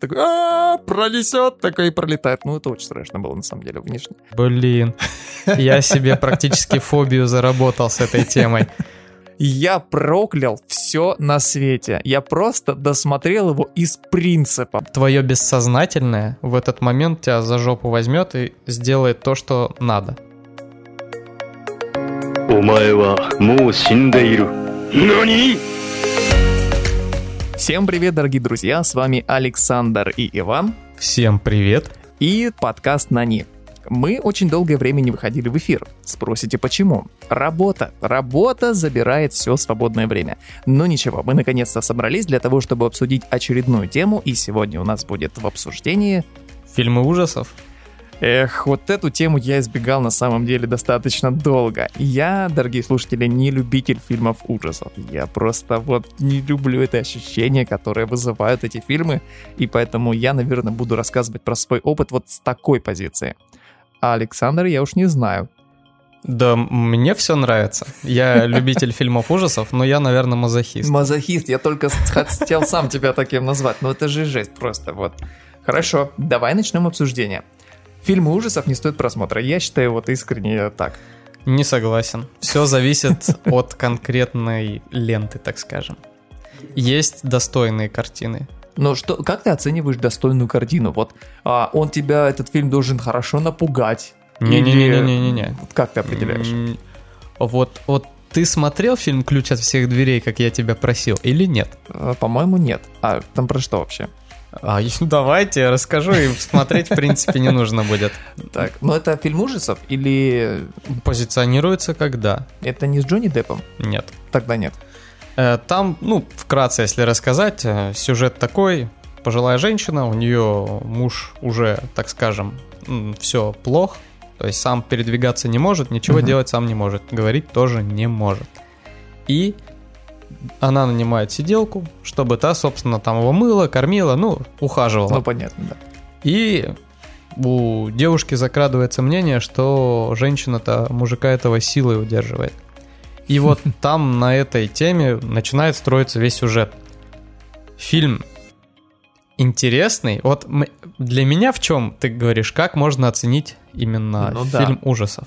такой, пронесет, такой и пролетает. Ну, это очень страшно было, на самом деле, внешне. Блин, я себе практически фобию заработал с этой темой. Я проклял все на свете. Я просто досмотрел его из принципа. Твое бессознательное в этот момент тебя за жопу возьмет и сделает то, что надо. Всем привет, дорогие друзья, с вами Александр и Иван. Всем привет. И подкаст «Нани». Мы очень долгое время не выходили в эфир. Спросите, почему? Работа. Работа забирает все свободное время. Но ничего, мы наконец-то собрались для того, чтобы обсудить очередную тему, и сегодня у нас будет в обсуждении... Фильмы ужасов? Эх, вот эту тему я избегал на самом деле достаточно долго. Я, дорогие слушатели, не любитель фильмов ужасов. Я просто вот не люблю это ощущение, которое вызывают эти фильмы, и поэтому я, наверное, буду рассказывать про свой опыт вот с такой позиции. А Александр, я уж не знаю. Да, мне все нравится. Я любитель фильмов ужасов, но я, наверное, мазохист. Мазохист, я только хотел сам тебя таким назвать, но это же жесть просто, вот. Хорошо, давай начнем обсуждение. Фильмы ужасов не стоят просмотра, я считаю вот искренне так. Не согласен. Все зависит от конкретной ленты, так скажем. Есть достойные картины. Но что, как ты оцениваешь достойную картину? Вот он тебя, этот фильм должен хорошо напугать. Не-не-не-не-не. Как ты определяешь? Вот ты смотрел фильм «Ключ от всех дверей», как я тебя просил, или нет? По-моему, нет. А там про что вообще? Давайте я расскажу, и смотреть, в принципе, не нужно будет. Так, но это фильм ужасов или... Позиционируется как да. Это не с Джонни Деппом? Нет. Тогда нет. Там, вкратце, если рассказать, сюжет такой. Пожилая женщина, у нее муж уже, так скажем, все плохо. То есть сам передвигаться не может, ничего делать сам не может. Говорить тоже не может. И она нанимает сиделку, чтобы та, собственно, там его мыла, кормила, ухаживала. Ну, понятно, да. И у девушки закрадывается мнение, что женщина-то мужика этого силой удерживает. И вот там на этой теме начинает строиться весь сюжет. Фильм интересный. Вот для меня в чем, ты говоришь, как можно оценить именно фильм ужасов?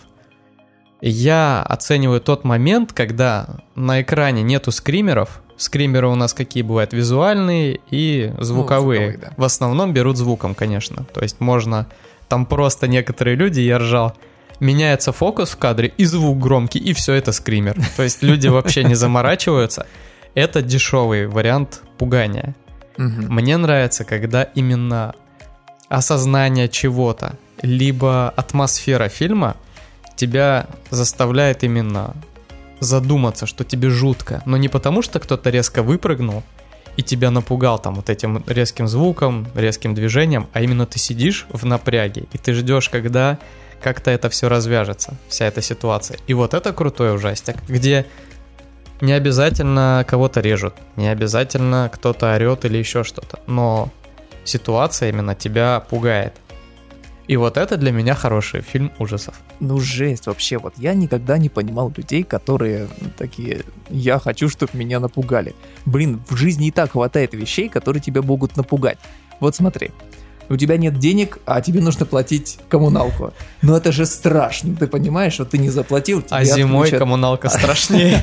Я оцениваю тот момент, когда на экране нету скримеров. Скримеры у нас какие бывают? Визуальные и звуковые. Да. В основном берут звуком, конечно. То есть можно... Там просто некоторые люди, я ржал, меняется фокус в кадре, и звук громкий, и все это скример. То есть люди вообще не заморачиваются. Это дешевый вариант пугания. Мне нравится, когда именно осознание чего-то, либо атмосфера фильма тебя заставляет именно задуматься, что тебе жутко. Но не потому, что кто-то резко выпрыгнул и тебя напугал там вот этим резким звуком, резким движением, а именно ты сидишь в напряге, и ты ждешь, когда как-то это все развяжется, вся эта ситуация. И вот это крутой ужастик, где не обязательно кого-то режут, не обязательно кто-то орет или еще что-то, но ситуация именно тебя пугает. И вот это для меня хороший фильм ужасов. Ну, жесть вообще. Вот я никогда не понимал людей, которые такие, я хочу, чтобы меня напугали. Блин, в жизни и так хватает вещей, которые тебя могут напугать. Вот смотри, у тебя нет денег, а тебе нужно платить коммуналку. Ну это же страшно, ты понимаешь, вот ты не заплатил. А зимой коммуналка страшнее.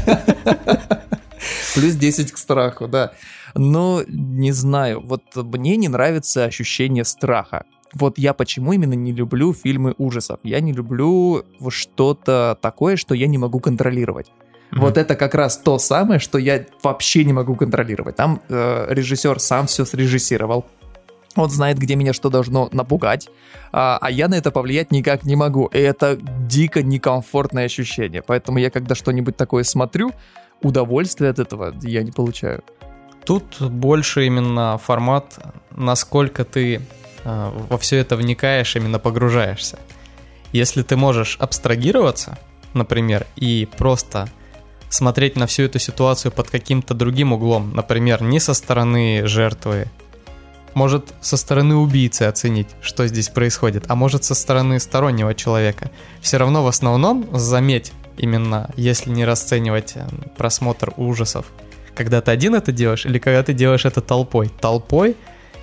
Плюс 10 к страху, да. Но не знаю, вот мне не нравится ощущение страха. Вот я почему именно не люблю фильмы ужасов. Я не люблю что-то такое, что я не могу контролировать. Вот это как раз то самое, что я вообще не могу контролировать. Там режиссер сам все срежиссировал. Он знает, где меня что должно напугать, а я на это повлиять никак не могу. И это дико некомфортное ощущение. Поэтому я, когда что-нибудь такое смотрю, удовольствия от этого я не получаю. Тут больше именно формат, насколько ты во все это вникаешь, именно погружаешься. Если ты можешь абстрагироваться, например, и просто смотреть на всю эту ситуацию под каким-то другим углом, например, не со стороны жертвы, может со стороны убийцы оценить, что здесь происходит, а может со стороны стороннего человека. Все равно в основном, заметь, именно если не расценивать просмотр ужасов, когда ты один это делаешь или когда ты делаешь это толпой. Толпой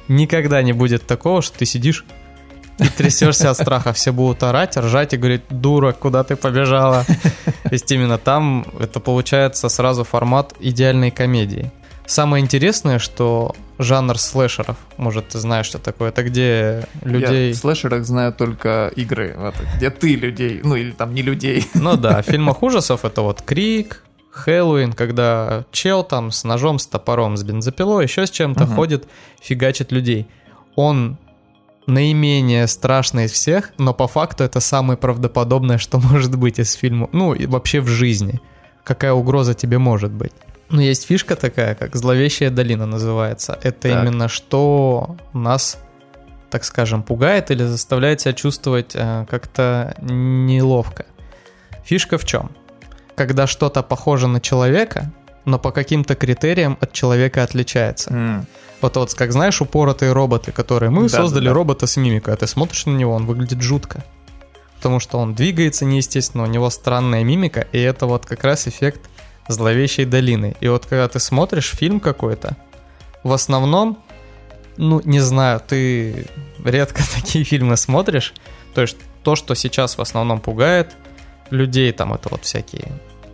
никогда не будет такого, что ты сидишь и трясешься от страха. Все будут орать, ржать и говорить: дура, куда ты побежала? То есть именно там это получается сразу формат идеальной комедии. Самое интересное, что жанр слэшеров, может, ты знаешь, что такое, это где людей... Я в слэшерах знаю только игры, вот, где ты людей, ну или там не людей. Ну да, в фильмах ужасов это вот Крик, Хэллоуин, когда чел там с ножом, с топором, с бензопилой, еще с чем-то ходит, фигачит людей. Он наименее страшный из всех, но по факту это самое правдоподобное, что может быть из фильма, ну и вообще в жизни. Какая угроза тебе может быть? Ну, есть фишка такая, как «Зловещая долина» называется. Это так. Именно что нас, так скажем, пугает или заставляет себя чувствовать как-то неловко. Фишка в чем? Когда что-то похоже на человека, но по каким-то критериям от человека отличается. Вот, как знаешь, упоротые роботы, которые... Мы создали робота с мимикой, а ты смотришь на него, он выглядит жутко. Потому что он двигается неестественно, у него странная мимика, и это вот как раз эффект «Зловещей долины». И вот когда ты смотришь фильм какой-то, в основном, ну, не знаю, ты редко такие фильмы смотришь. То есть то, что сейчас в основном пугает людей, там это вот всякие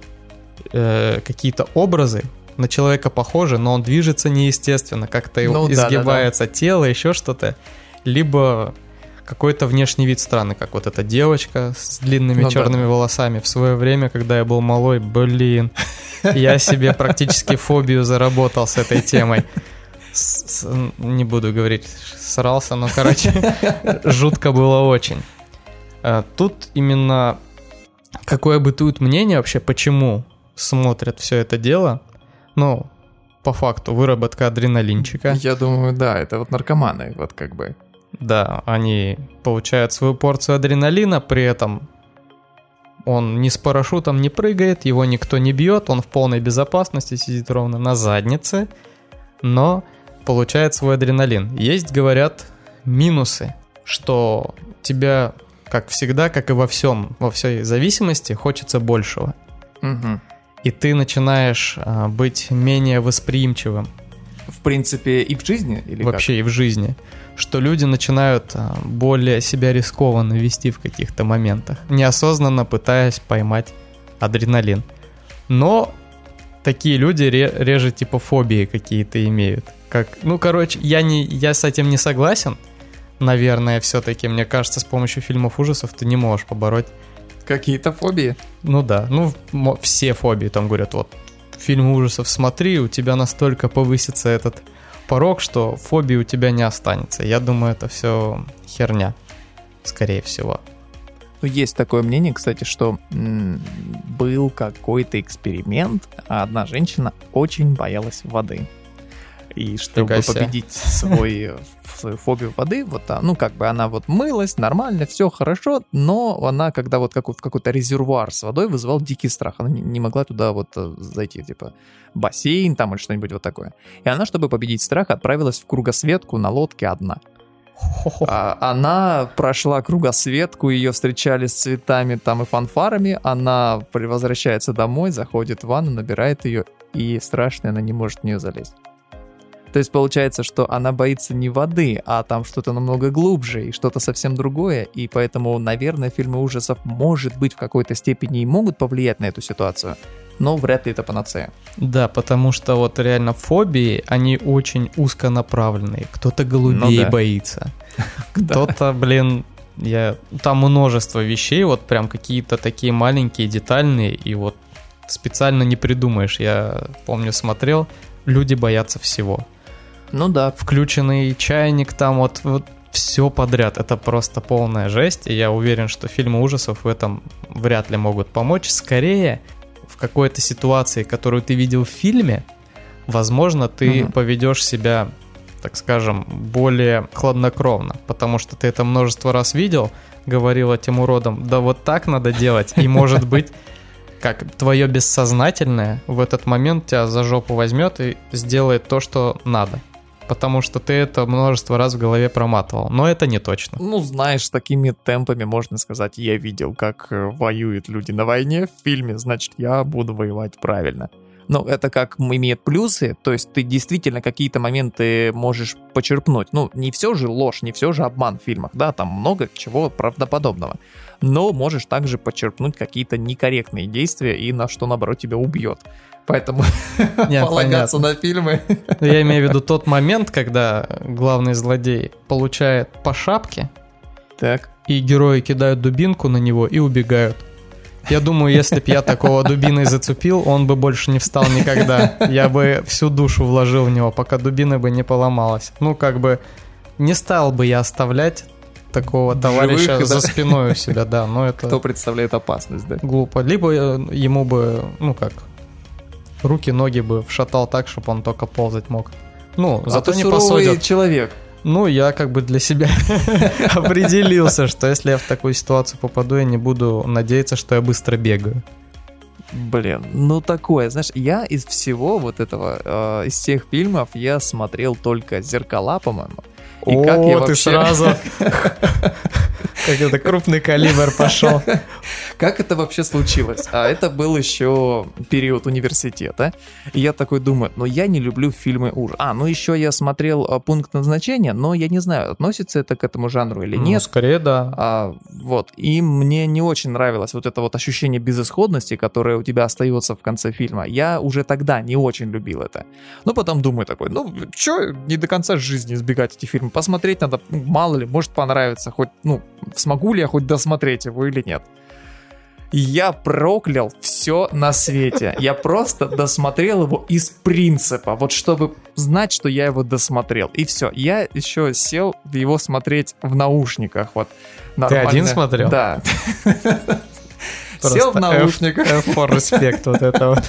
какие-то образы на человека похожи, но он движется неестественно, как-то изгибается тело, еще что-то. Либо какой-то внешний вид странный, как вот эта девочка с длинными черными волосами. В свое время, когда я был малой, я себе практически фобию заработал с этой темой. Не буду говорить, срался, но, короче, жутко было очень. Тут именно какое бытует мнение вообще, почему смотрят все это дело. Ну, по факту, выработка адреналинчика. Я думаю, да, это вот наркоманы, вот как бы. Да, они получают свою порцию адреналина, при этом он ни с парашютом не прыгает, его никто не бьет, он в полной безопасности сидит ровно на заднице, но получает свой адреналин. Есть, говорят, минусы, что тебя, как всегда, как и во всей зависимости, хочется большего. Угу. И ты начинаешь быть менее восприимчивым. В принципе, и в жизни? Или вообще как? И в жизни. Что люди начинают более себя рискованно вести в каких-то моментах, неосознанно пытаясь поймать адреналин. Но такие люди реже типа фобии какие-то имеют. Я с этим не согласен. Наверное, все-таки, мне кажется, с помощью фильмов ужасов ты не можешь побороть какие-то фобии. Ну да, все фобии, там говорят, вот фильм ужасов смотри, у тебя настолько повысится этот порог, что фобии у тебя не останется. Я думаю, это все херня, скорее всего. Ну, есть такое мнение, кстати, что был какой-то эксперимент, а одна женщина очень боялась воды. И чтобы победить свою фобию воды, она вот мылась, нормально, все хорошо, но она, когда вот в какой-то резервуар с водой, вызывал дикий страх. Она не могла туда вот зайти, типа бассейн там или что-нибудь вот такое. И она, чтобы победить страх, отправилась в кругосветку на лодке одна. Она прошла кругосветку, ее встречали с цветами там и фанфарами, она возвращается домой, заходит в ванну, набирает ее, и страшно, она не может в нее залезть. То есть получается, что она боится не воды, а там что-то намного глубже и что-то совсем другое, и поэтому, наверное, фильмы ужасов, может быть, в какой-то степени и могут повлиять на эту ситуацию, но вряд ли это панацея. Да, потому что вот реально фобии, они очень узконаправленные. Кто-то голубей боится, кто-то, там множество вещей, вот прям какие-то такие маленькие, детальные, и вот специально не придумаешь. Я помню, смотрел, люди боятся всего. Ну да. Включенный чайник, там вот все подряд. Это просто полная жесть. И я уверен, что фильмы ужасов в этом вряд ли могут помочь. Скорее, в какой-то ситуации, которую ты видел в фильме, возможно, ты поведешь себя, так скажем, более хладнокровно. Потому что ты это множество раз видел, говорил этим уродам, да вот так надо делать. И может быть, как твое бессознательное в этот момент тебя за жопу возьмет и сделает то, что надо. Потому что ты это множество раз в голове проматывал. Но это не точно. Ну, знаешь, с такими темпами можно сказать, я видел, как воюют люди на войне в фильме, значит, я буду воевать правильно. Ну, это как имеет плюсы, то есть ты действительно какие-то моменты можешь почерпнуть. Ну, не все же ложь, не все же обман в фильмах, да, там много чего правдоподобного. Но можешь также почерпнуть какие-то некорректные действия и на что, наоборот, тебя убьет. Поэтому полагаться на фильмы... Я имею в виду тот момент, когда главный злодей получает по шапке, так. И герои кидают дубинку на него и убегают. Я думаю, если б я такого дубиной зацепил, он бы больше не встал никогда. Я бы всю душу вложил в него, пока дубина бы не поломалась. Ну, как бы, не стал бы я оставлять такого товарища живых, за спиной у себя, да, но это... Кто представляет опасность, да? Глупо. Либо ему бы, ну как, руки, ноги бы вшатал так, чтобы он только ползать мог. Ну, зато не посадят. Человек. Ну, я как бы для себя определился, что если я в такую ситуацию попаду, я не буду надеяться, что я быстро бегаю. Блин, ну такое, знаешь, я из всего вот этого, из всех фильмов я смотрел только «Зеркала», по-моему. И как я вообще... ты сразу... Как это крупный калибр пошел. Как это вообще случилось? А это был еще период университета. И я такой думаю, ну я не люблю фильмы ужасов. Ну еще я смотрел «Пункт назначения», но я не знаю, относится это к этому жанру или нет. Ну, скорее, да. Вот. И мне не очень нравилось вот это вот ощущение безысходности, которое у тебя остается в конце фильма. Я уже тогда не очень любил это. Но потом думаю такой, ну что не до конца жизни избегать эти фильмы? Посмотреть надо, мало ли, может понравится, хоть, ну, смогу ли я хоть досмотреть его или нет. Я проклял все на свете. Я просто досмотрел его из принципа, вот чтобы знать, что я его досмотрел. И все. Я еще сел его смотреть в наушниках. Вот, нормально. Ты один смотрел? Да. Сел в наушниках. For respect, вот это вот.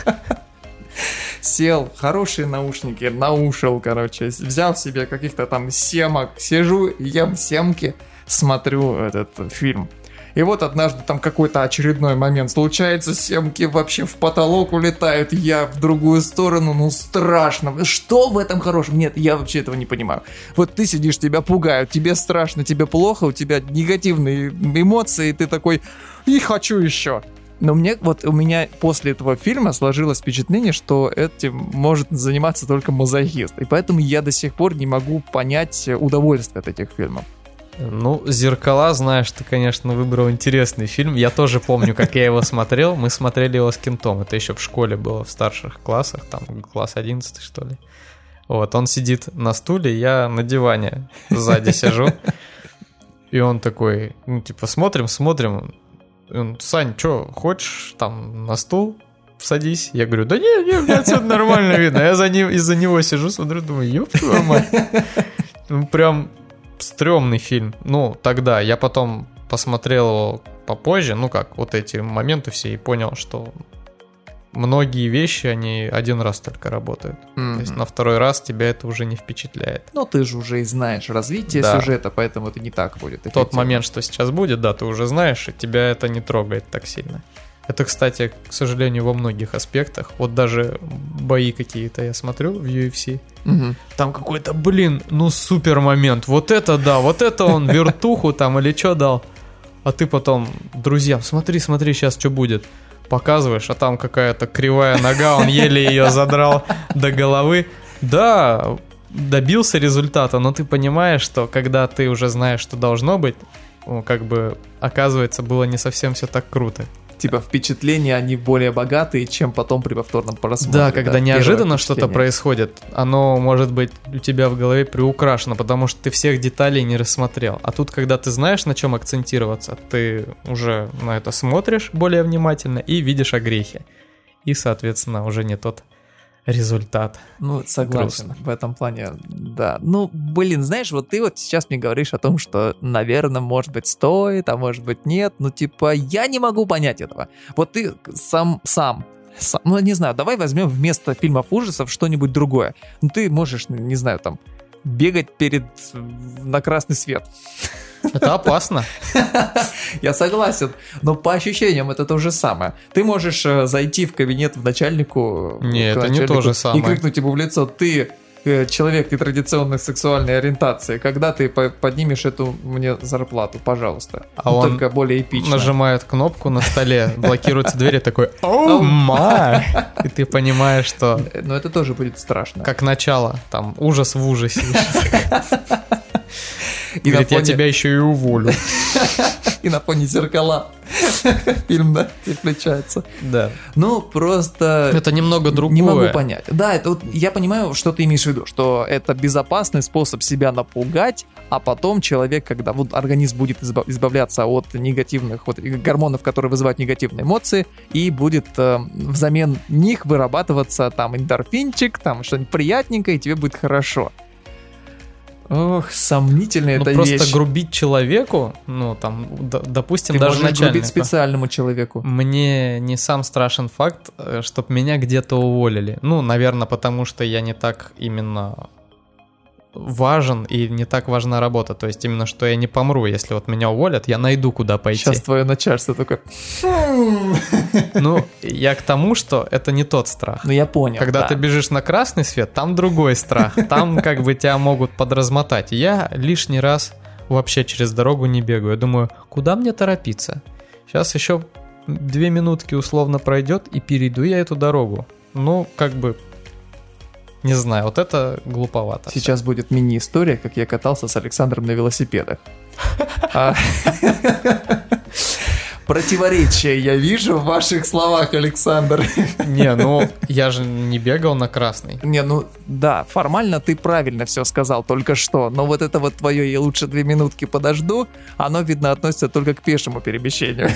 Сел, хорошие наушники, наушил, короче, взял себе каких-то там семок, сижу, ем семки, смотрю этот фильм. И вот однажды там какой-то очередной момент случается, семки вообще в потолок улетают, я в другую сторону, ну страшно. Что в этом хорошем? Нет, я вообще этого не понимаю. Вот ты сидишь, тебя пугают, тебе страшно, тебе плохо, у тебя негативные эмоции, и ты такой, и хочу еще. Но у меня после этого фильма сложилось впечатление, что этим может заниматься только мазохист. И поэтому я до сих пор не могу понять удовольствие от этих фильмов. Ну, «Зеркала», знаешь, ты, конечно, выбрал интересный фильм. Я тоже помню, как я его смотрел. Мы смотрели его с кентом. Это еще в школе было, в старших классах. Там класс 11, что ли. Вот, он сидит на стуле, я на диване сзади сижу. И он такой, ну, типа, смотрим. Он, Сань, что, хочешь там на стул садись? Я говорю, да не, мне отсюда нормально видно. Я из-за него сижу, смотрю, думаю, ёб твою мать. Ну, прям стрёмный фильм. Ну, тогда. Я потом посмотрел его попозже, ну как, вот эти моменты все, и понял, что многие вещи, они один раз только работают. То есть на второй раз тебя это уже не впечатляет. Ну, ты же уже и знаешь развитие сюжета, поэтому это не так будет. Тот момент, что сейчас будет, да, ты уже знаешь, и тебя это не трогает так сильно. Это, кстати, к сожалению, во многих аспектах. Вот даже бои какие-то я смотрю в UFC. Там какой-то, ну супер момент. Вот это да, вот это он вертуху там или что дал. А ты потом, друзьям, смотри, сейчас что будет. Показываешь, а там какая-то кривая нога, он еле ее задрал до головы. Да, добился результата, но ты понимаешь, что когда ты уже знаешь, что должно быть, как бы, оказывается, было не совсем все так круто. Типа впечатления, они более богатые, чем потом при повторном просмотре. Да, когда неожиданно что-то происходит, оно может быть у тебя в голове приукрашено, потому что ты всех деталей не рассмотрел. А тут, когда ты знаешь, на чем акцентироваться, ты уже на это смотришь более внимательно и видишь огрехи. И, соответственно, уже не тот результат. Ну, согласен, грустно. В этом плане, да. Ну, знаешь, вот ты вот сейчас мне говоришь о том, что, наверное, может быть, стоит, а может быть, нет. Ну, типа, я не могу понять этого. Вот ты сам, ну, не знаю, давай возьмем вместо фильмов ужасов что-нибудь другое. Ну, ты можешь, не знаю, там, бегать на красный свет. Это опасно. Я согласен, но по ощущениям это то же самое. Ты можешь зайти в кабинет в начальнику. Нет, это не то же самое. И крикнуть ему в лицо: ты человек нетрадиционной сексуальной ориентации, когда ты поднимешь эту мне зарплату, пожалуйста. А он только более эпично. Нажимает кнопку на столе, блокируются двери, такой «Оу май!» И ты понимаешь, что... Но это тоже будет страшно. Как начало, там ужас в ужасе. И говорит, я тебя еще и уволю. И на фоне зеркала фильм, да, включается. Да. Ну, просто... Это немного другое. Не могу понять. Да, это вот я понимаю, что ты имеешь в виду, что это безопасный способ себя напугать, а потом человек, когда вот организм будет избавляться от негативных вот гормонов, которые вызывают негативные эмоции, и будет взамен них вырабатываться там эндорфинчик, там что-нибудь приятненькое, и тебе будет хорошо. Ох, сомнительная эта вещь. Просто грубить человеку, ну, там, допустим, ты даже можешь грубить специальному человеку. Мне не сам страшен факт, чтоб меня где-то уволили. Ну, наверное, потому что я не так именно важен и не так важна работа. То есть именно, что я не помру. Если вот меня уволят, я найду, куда пойти. Сейчас твое начальство такое... Ну, я к тому, что это не тот страх. Ну, я понял, когда ты бежишь на красный свет, там другой страх. Там как бы тебя могут подразмотать. Я лишний раз вообще через дорогу не бегаю. Я думаю, куда мне торопиться? Сейчас еще 2 минутки условно пройдет, и перейду я эту дорогу. Ну, как бы... Не знаю, вот это глуповато. Сейчас будет мини-история, как я катался с Александром на велосипедах. Противоречия я вижу в ваших словах, Александр. Не, ну я же не бегал на красный. Не, ну да, формально ты правильно все сказал только что, но вот это вот твое «я лучше 2 минутки подожду», оно, видно, относится только к пешему перемещению.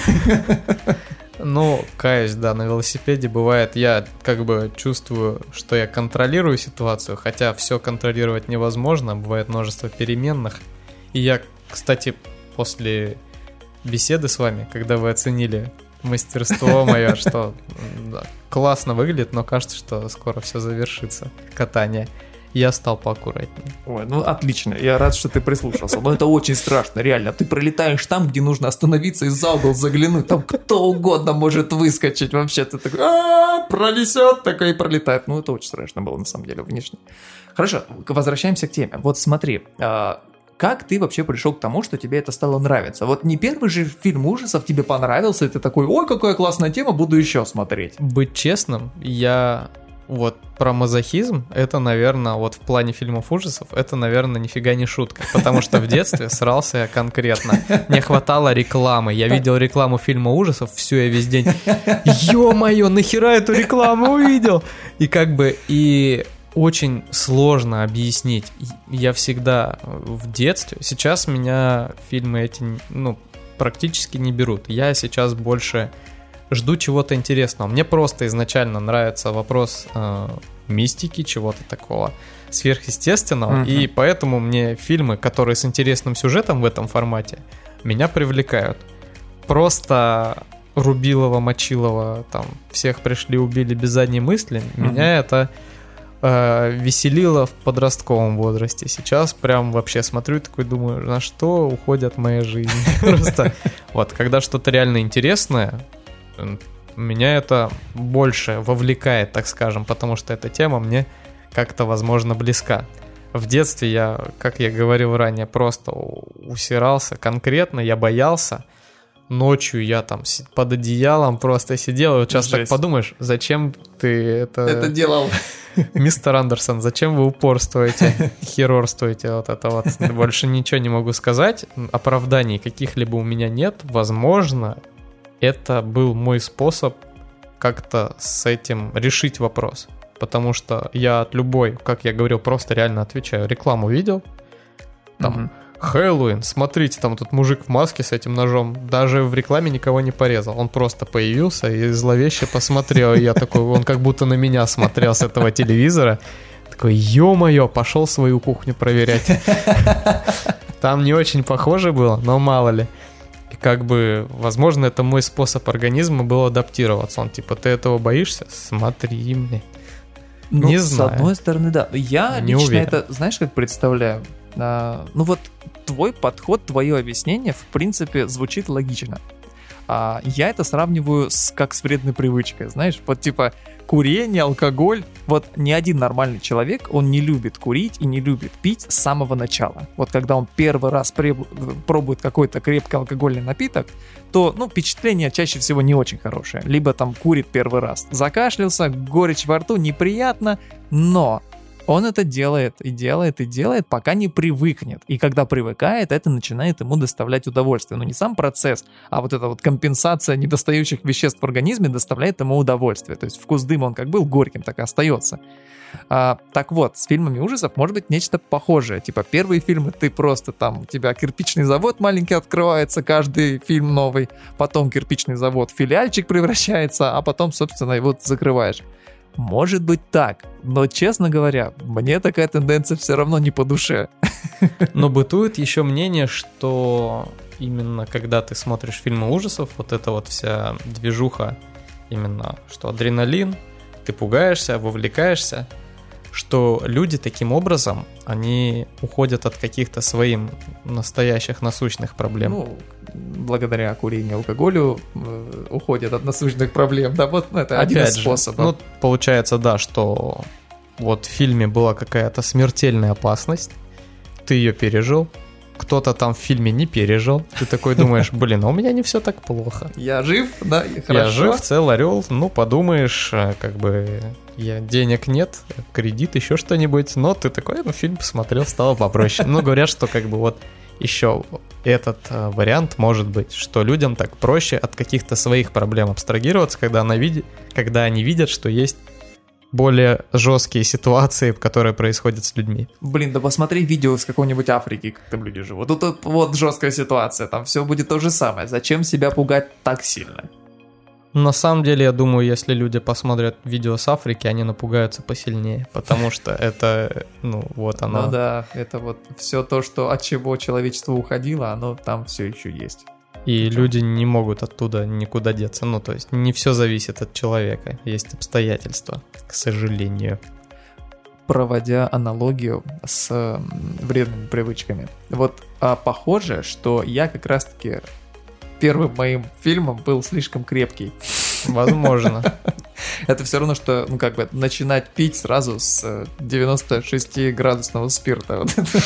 Ну, каюсь, да, на велосипеде бывает, я как бы чувствую, что я контролирую ситуацию, хотя все контролировать невозможно, бывает множество переменных. И я, кстати, после беседы с вами, когда вы оценили мастерство мое, что классно выглядит, но кажется, что скоро все завершится, катание, я стал поаккуратнее. Ой, ну отлично, я рад, что ты прислушался. Но это очень страшно, реально. Ты пролетаешь там, где нужно остановиться и за угол заглянуть. Там кто угодно может выскочить. Вообще ты такой, пронесет, такой и пролетает. Ну это очень страшно было на самом деле внешне. Хорошо, возвращаемся к теме. Вот смотри, как ты вообще пришел к тому, что тебе это стало нравиться? Вот не первый же фильм ужасов тебе понравился, и ты такой, ой, какая классная тема, буду еще смотреть. Быть честным, я... Вот про мазохизм, это, наверное, вот в плане фильмов ужасов, это, наверное, нифига не шутка, потому что в детстве срался я конкретно. Не хватало рекламы. Я видел рекламу фильма ужасов, все, я весь день, ё-моё, нахера эту рекламу увидел? И как бы, и очень сложно объяснить. Я всегда в детстве, сейчас меня фильмы эти, ну, практически не берут. Я сейчас больше... жду чего-то интересного. Мне просто изначально нравится вопрос мистики, чего-то такого сверхъестественного, и поэтому мне фильмы, которые с интересным сюжетом в этом формате, меня привлекают. Просто Рубилова, Мочилова, там, всех пришли, убили без задней мысли, меня это веселило в подростковом возрасте. Сейчас прям вообще смотрю и такой думаю, на что уходит моя жизнь. Просто вот, когда что-то реально интересное, меня это больше вовлекает, так скажем, потому что эта тема мне как-то, возможно, близка. В детстве я, как я говорил ранее, просто усирался конкретно, я боялся. Ночью я там под одеялом просто сидел, и вот сейчас так подумаешь, зачем ты это делал? Мистер Андерсон, зачем вы упорствуете, херорствуете, вот это вот. Больше ничего не могу сказать, оправданий каких-либо у меня нет, возможно... Это был мой способ как-то с этим решить вопрос. Потому что я от любой, как я говорил, просто реально отвечаю. Рекламу видел? Там, Хэллоуин, смотрите, там тут мужик в маске с этим ножом. Даже в рекламе никого не порезал. Он просто появился и зловеще посмотрел. И я такой, он как будто на меня смотрел с этого телевизора. Такой, ё-моё, пошел свою кухню проверять. Там не очень похоже было, но мало ли. И как бы, возможно, это мой способ организма был адаптироваться. Он типа, ты этого боишься? Смотри мне. Ну, не знаю. С одной стороны, да. Я не лично уверен. это, знаешь, как представляю? Ну вот твой подход, твое объяснение, в принципе, звучит логично. я это сравниваю как с вредной привычкой, знаешь, вот типа курение, алкоголь. Вот ни один нормальный человек, он не любит курить и не любит пить с самого начала. Вот когда он первый раз пробует какой-то крепкий алкогольный напиток, то, впечатление чаще всего не очень хорошее. Либо там курит первый раз, закашлялся, горечь во рту, неприятно, но он это делает и делает и делает, пока не привыкнет. И когда привыкает, это начинает ему доставлять удовольствие. Но не сам процесс, а вот эта вот компенсация недостающих веществ в организме доставляет ему удовольствие. То есть вкус дыма, он как был горьким, так и остается. Так вот, с фильмами ужасов может быть нечто похожее. Типа первые фильмы ты просто там, у тебя кирпичный завод маленький открывается, каждый фильм новый. Потом кирпичный завод в филиальчик превращается, а потом, собственно, его закрываешь. Может быть так, но, честно говоря, мне такая тенденция все равно не по душе. Но бытует еще мнение, что именно когда ты смотришь фильмы ужасов, вот эта вот вся движуха, именно что адреналин, ты пугаешься, вовлекаешься, что люди таким образом, они уходят от каких-то своих настоящих насущных проблем. Благодаря курению и алкоголю уходят от насущных проблем. Да, вот это один из способов. Получается, да, что вот в фильме была какая-то смертельная опасность, ты ее пережил, кто-то там в фильме не пережил, ты такой думаешь, блин, у меня не все так плохо. Я жив, да, и хорошо. Я жив, цел, орел, подумаешь, как бы денег нет, кредит, еще что-нибудь, но ты такой, фильм посмотрел, стало попроще. Говорят, что как бы вот еще этот вариант может быть, что людям так проще от каких-то своих проблем абстрагироваться, когда они видят, что есть более жесткие ситуации, которые происходят с людьми. Блин, да посмотри видео с какой-нибудь Африки, как там люди живут. Тут вот жесткая ситуация, там все будет то же самое. Зачем себя пугать так сильно? На самом деле, я думаю, если люди посмотрят видео с Африки, они напугаются посильнее, потому что это, вот оно. Ну да, это вот все то, от чего человечество уходило, оно там все еще есть. И люди не могут оттуда никуда деться. То есть не все зависит от человека. Есть обстоятельства, к сожалению. Проводя аналогию с вредными привычками. Вот похоже, что я как раз-таки первым моим фильмом был слишком крепкий. Возможно. Это все равно, что, начинать пить сразу с 96-градусного спирта.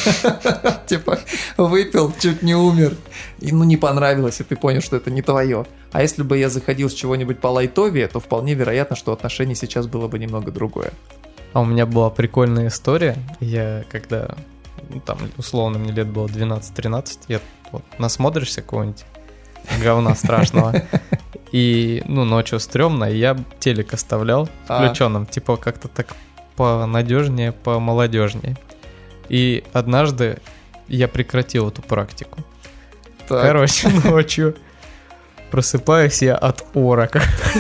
Типа, выпил, чуть не умер. И, не понравилось, и ты понял, что это не твое. А если бы я заходил с чего-нибудь по лайтовее, то вполне вероятно, что отношение сейчас было бы немного другое. А у меня была прикольная история. Я когда, там, условно, мне лет было 12-13, я насмотришься какого-нибудь говна страшного. И, ночью стрёмно, и я телек оставлял включенным, типа как-то так понадежнее, помолодежнее. И однажды я прекратил эту практику. Так. Короче, ночью просыпаюсь я от орока.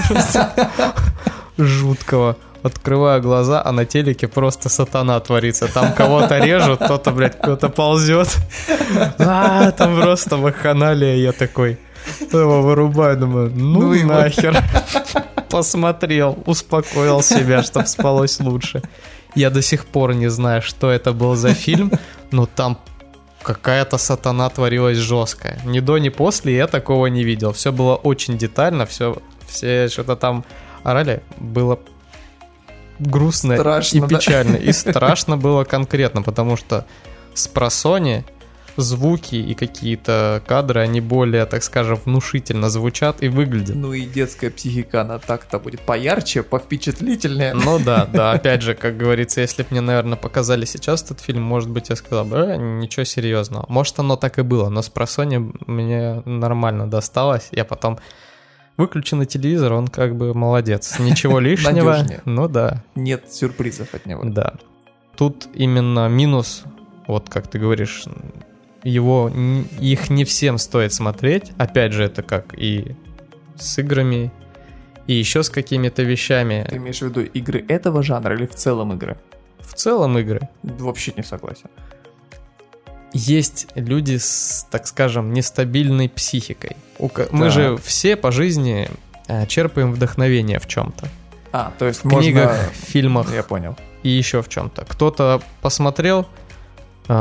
Жуткого. Открываю глаза, а на телеке просто сатана творится. Там кого-то режут, кто-то, кто-то ползет. Там просто вакханалия. Я такой его вырубаю, думаю, нахер. Посмотрел, успокоил себя, чтобы спалось лучше. Я до сих пор не знаю, что это был за фильм, но там какая-то сатана творилась жесткая. Ни до, ни после я такого не видел. Все было очень детально, все что-то там орали. Было грустно страшно, и печально. И страшно было конкретно, потому что спросонья звуки и какие-то кадры, они более, так скажем, внушительно звучат и выглядят. И детская психика, она так-то будет поярче, повпечатлительнее. Да, опять же, как говорится, если бы мне, наверное, показали сейчас этот фильм, может быть, я сказал бы, ничего серьезного. Может, оно так и было, но спросонья мне нормально досталось. Я потом выключенный телевизор, он как бы молодец. Ничего лишнего. Да. Нет сюрпризов от него. Да. Тут именно минус, вот как ты говоришь, их не всем стоит смотреть. Опять же, это как и с играми, и еще с какими-то вещами. Ты имеешь в виду игры этого жанра или в целом игры? В целом игры. Вообще не согласен. Есть люди с, так скажем, нестабильной психикой. Мы же все по жизни черпаем вдохновение в чем-то. То есть в книгах, в фильмах. Я понял. И еще в чем-то. Кто-то посмотрел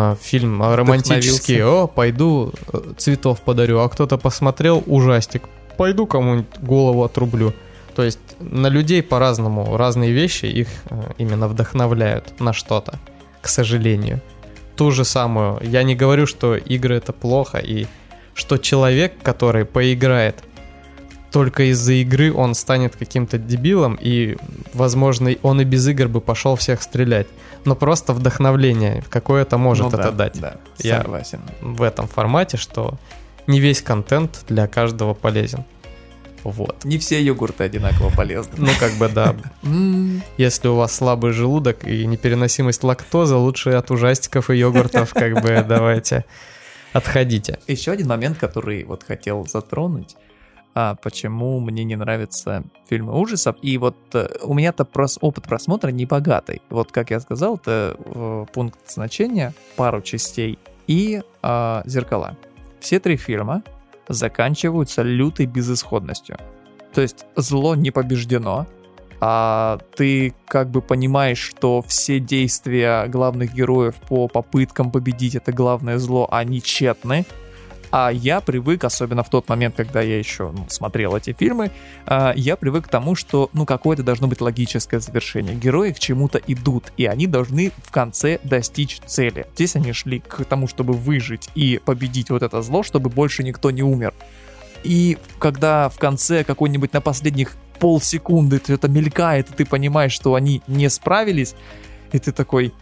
фильм романтический, пойду цветов подарю, а кто-то посмотрел ужастик, пойду кому-нибудь голову отрублю. То есть на людей по-разному, разные вещи их именно вдохновляют на что-то, к сожалению. Ту же самую, я не говорю, что игры это плохо, и что человек, который поиграет только из-за игры, он станет каким-то дебилом, и, возможно, он и без игр бы пошел всех стрелять. Но просто вдохновление какое-то может это дать. Да, я согласен. В этом формате, что не весь контент для каждого полезен. Вот. Не все йогурты одинаково полезны. Ну, как бы, да. Если у вас слабый желудок и непереносимость лактозы, лучше от ужастиков и йогуртов, как бы, давайте отходите. Еще один момент, который вот хотел затронуть. Почему мне не нравятся фильмы ужасов. И вот у меня-то опыт просмотра не богатый. Вот, как я сказал, это пункт значения, пару частей и зеркала. Все 3 фильма заканчиваются лютой безысходностью. То есть зло не побеждено, а ты как бы понимаешь, что все действия главных героев по попыткам победить это главное зло, они тщетны. А я привык, особенно в тот момент, когда я еще смотрел эти фильмы, я привык к тому, что какое-то должно быть логическое завершение. Герои к чему-то идут, и они должны в конце достичь цели. Здесь они шли к тому, чтобы выжить и победить вот это зло, чтобы больше никто не умер. И когда в конце какой-нибудь на последних полсекунды это мелькает, и ты понимаешь, что они не справились, и ты такой,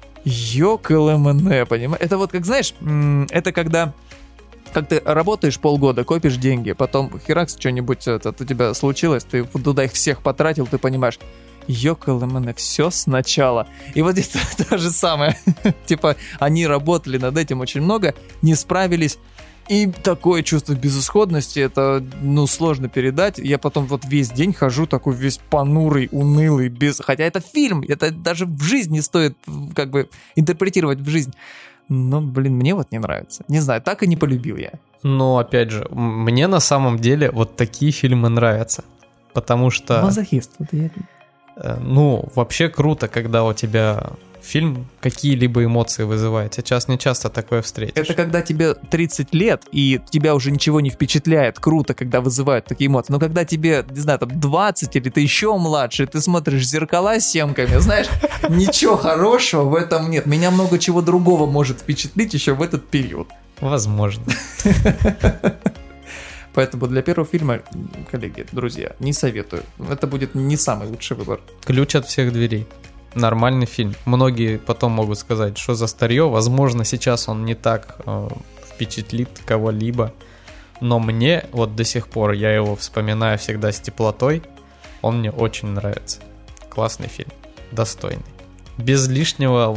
ёкалэмэне, понимаешь? Это вот как, знаешь, это когда... Как ты работаешь полгода, копишь деньги, потом херакс что-нибудь у тебя случилось, ты туда их всех потратил, ты понимаешь, ёкалэмэне, все сначала. И вот здесь то же самое. Типа, они работали над этим очень много, не справились, и такое чувство безысходности, это, сложно передать. Я потом вот весь день хожу такой весь понурый, унылый, хотя это фильм, это даже в жизни стоит как бы интерпретировать в жизнь. Но, мне вот не нравится. Не знаю, так и не полюбил я. Но, опять же, мне на самом деле вот такие фильмы нравятся. Потому что... Мазохист. Вот я... вообще круто, когда у тебя фильм какие-либо эмоции вызывает. Сейчас не часто такое встретишь. Это когда тебе 30 лет, и тебя уже ничего не впечатляет. Круто, когда вызывают такие эмоции. Но когда тебе, не знаю, 20 или ты еще младше, ты смотришь «Зеркала» с семками, знаешь, ничего хорошего в этом нет. Меня много чего другого может впечатлить еще в этот период. Возможно. Поэтому для первого фильма, коллеги, друзья, не советую. Это будет не самый лучший выбор. Ключ от всех дверей. Нормальный фильм. Многие потом могут сказать, что за старье. Возможно, сейчас он не так впечатлит кого-либо. Но мне вот до сих пор, я его вспоминаю всегда с теплотой. Он мне очень нравится. Классный фильм. Достойный. Без лишнего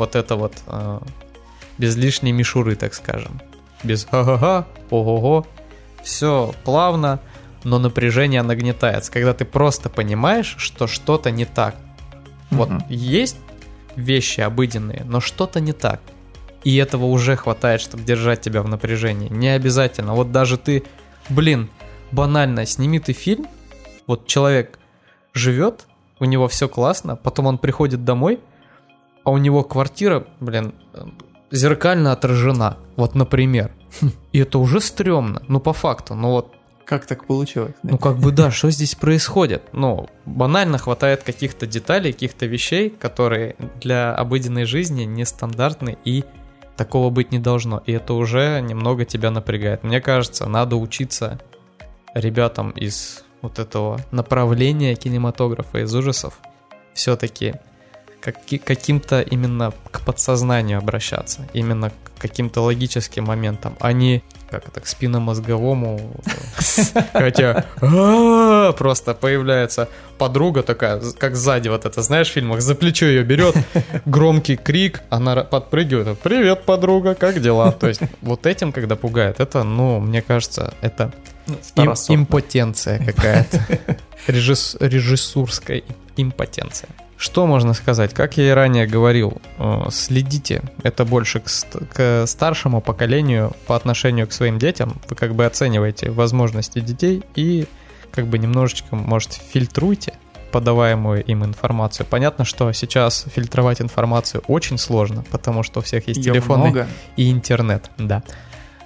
без лишней мишуры, так скажем. Без ха-ха-ха, ого-го. Все плавно, но напряжение нагнетается. Когда ты просто понимаешь, что что-то не так. Вот есть вещи обыденные, но что-то не так. И этого уже хватает, чтобы держать тебя в напряжении. Не обязательно. Вот даже ты, банально, сними ты фильм, вот человек живет, у него все классно, потом он приходит домой, а у него квартира, зеркально отражена. Вот, например. И это уже стрёмно. По факту. Как так получилось? Что здесь происходит? Банально хватает каких-то деталей, каких-то вещей, которые для обыденной жизни нестандартны, и такого быть не должно. И это уже немного тебя напрягает. Мне кажется, надо учиться ребятам из вот этого направления кинематографа, из ужасов, все-таки каким-то именно к подсознанию обращаться, именно к каким-то логическим моментам, а не к спинномозговому, хотя просто появляется подруга такая, как сзади вот это, знаешь, в фильмах, за плечо ее берет, громкий крик, она подпрыгивает, привет, подруга, как дела? То есть вот этим, когда пугает, это, мне кажется, это импотенция какая-то, режиссурская импотенция. Что можно сказать? Как я и ранее говорил, следите, это больше к старшему поколению по отношению к своим детям. Вы оцениваете возможности детей и немножечко, может, фильтруйте подаваемую им информацию. Понятно, что сейчас фильтровать информацию очень сложно, потому что у всех есть телефоны и интернет, да.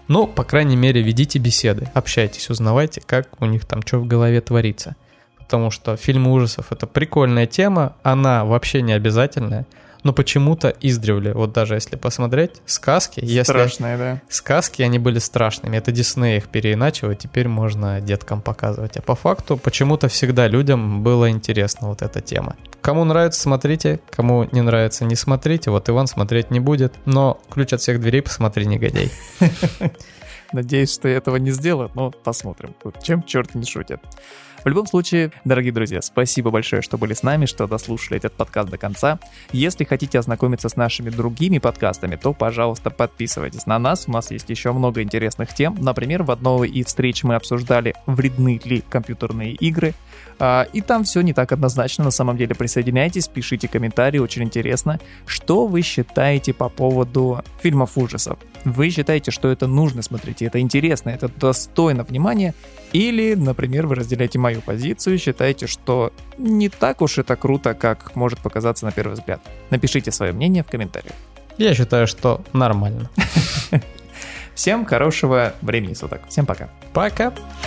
Ну, по крайней мере, ведите беседы, общайтесь, узнавайте, как у них там что в голове творится. Потому что фильмы ужасов — это прикольная тема, она вообще не обязательная, но почему-то издревле, вот даже если посмотреть, сказки, страшные, да. Сказки, они были страшными, это Дисней их переиначивает, теперь можно деткам показывать. А по факту почему-то всегда людям было интересно вот эта тема. Кому нравится, смотрите, кому не нравится, не смотрите. Вот Иван смотреть не будет, но ключ от всех дверей посмотри, негодяй. Надеюсь, что я этого не сделаю, но посмотрим, чем черт не шутит. В любом случае, дорогие друзья, спасибо большое, что были с нами, что дослушали этот подкаст до конца. Если хотите ознакомиться с нашими другими подкастами, то, пожалуйста, подписывайтесь на нас. У нас есть еще много интересных тем. Например, в одной из встреч мы обсуждали, вредны ли компьютерные игры. И там все не так однозначно. На самом деле, присоединяйтесь, пишите комментарии, очень интересно. Что вы считаете по поводу фильмов ужасов? Вы считаете, что это нужно смотреть, это интересно, это достойно внимания? Или, например, вы разделяете мою позицию, считаете, что не так уж это круто, как может показаться на первый взгляд? Напишите свое мнение в комментариях. Я считаю, что нормально. Всем хорошего времени суток. Всем пока. Пока.